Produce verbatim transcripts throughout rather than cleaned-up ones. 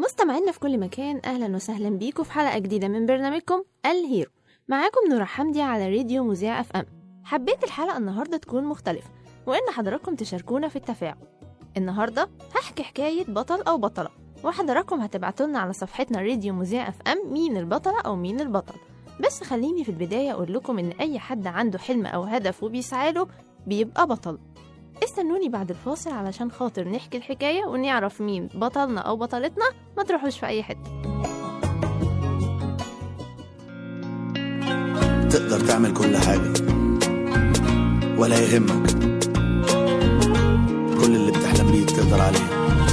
مستمعينا في كل مكان، أهلا وسهلا بيكم في حلقة جديدة من برنامجكم الهيرو. معاكم نورة حمدي على راديو مذيع اف ام. حبيت الحلقة النهاردة تكون مختلفة وإن حضراتكم تشاركونا في التفاعل. النهاردة هحكي حكاية بطل أو بطلة، وحضراتكم هتبعتولنا على صفحتنا راديو مذيع اف ام مين البطلة أو مين البطل. بس خليني في البداية أقول لكم إن أي حد عنده حلم أو هدف وبيسعاله بيبقى بطل. استنوني بعد الفاصل علشان خاطر نحكي الحكاية ونعرف مين بطلنا أو بطلتنا. ما تروحوش في أي حتة. تقدر تعمل كل حاجة ولا يهمك، كل اللي بتحلم بيه تقدر عليه.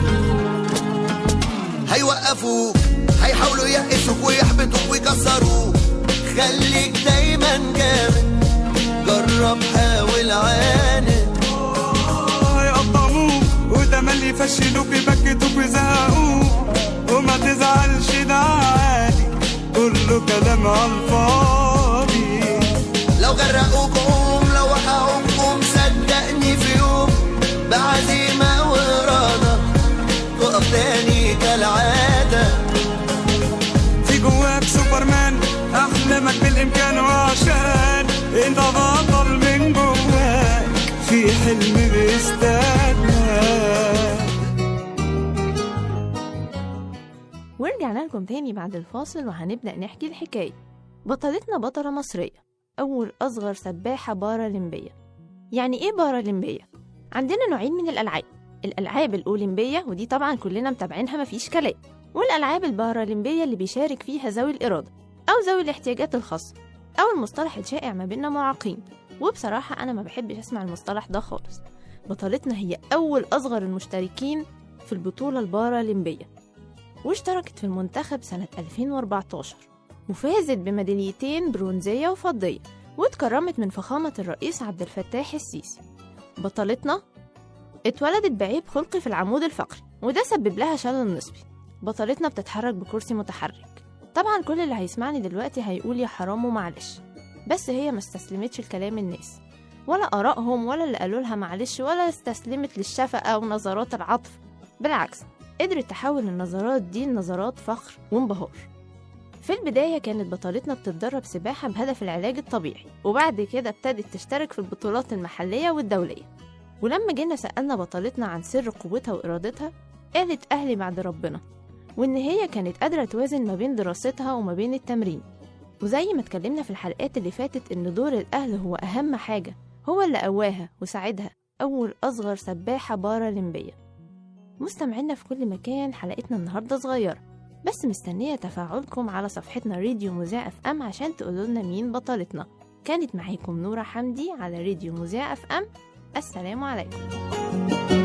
هيوقفوك، هيحاولوا يقسوك ويحبطوك ويكسروك، خليك دايما جامد، جرب حاول عاند. هيقطعوك وتملي يفشلوك يبكتوك ويزهقوك، وما تزعلش ده عادي، كله كلام عالفاضي. لو غرقوك قوم، لو وقعوك قوم، صدقني في يوم بعزيمة وإرادة تقف تاني كالعادة. في جواك سوبرمان، أحلامك بالإمكان، وعشان انت بطل من جواك في حلم بيستناك. ورجعنا لكم تاني بعد الفاصل وهنبدأ نحكي الحكاية. بطلتنا بطلة مصرية، أول أصغر سباحة بارالمبية. يعني إيه بارالمبية؟ عندنا نوعين من الألعاب، الألعاب الأولمبية ودي طبعا كلنا متابعينها مفيش كلام، والألعاب البارالمبية اللي بيشارك فيها ذوي الإرادة أو ذوي الاحتياجات الخاصة، أو المصطلح الشائع ما بيننا معاقين. وبصراحة أنا ما بحبش أسمع المصطلح ده خالص. بطلتنا هي أول أصغر المشتركين في البطولة البارالمبية، واشتركت في المنتخب سنة ألفين وأربعتاشر، وفازت بميداليتين برونزية وفضية، واتكرمت من فخامة الرئيس عبد الفتاح السيسي. بطلتنا اتولدت بعيب خلقي في العمود الفقري، وده سبب لها شلل نصفي. بطلتنا بتتحرك بكرسي متحرك. طبعا كل اللي هيسمعني دلوقتي هيقول يا حرام ومعلش، بس هي ما استسلمتش لكلام الناس ولا آرائهم ولا اللي قالوا لها معلش، ولا استسلمت للشفقة ونظرات العطف. بالعكس، قدرت تحول النظرات دي لنظرات فخر وانبهار. في البداية كانت بطلتنا بتتدرب سباحة بهدف العلاج الطبيعي، وبعد كده ابتدت تشترك في البطولات المحلية والدولية. ولما جينا سألنا بطلتنا عن سر قوتها وإرادتها، قالت أهلي بعد ربنا، وإن هي كانت قادرة توازن ما بين دراستها وما بين التمرين. وزي ما اتكلمنا في الحلقات اللي فاتت إن دور الأهل هو أهم حاجة، هو اللي قواها وساعدها أول أصغر سباحة بارالمبية. مستمعينا في كل مكان، حلقتنا النهاردة صغيرة بس مستنية تفاعلكم على صفحتنا راديو مذيع اف ام عشان تقولوا لنا مين بطلتنا. كانت معاكم نورة حمدي على راديو مذيع اف ام. السلام عليكم.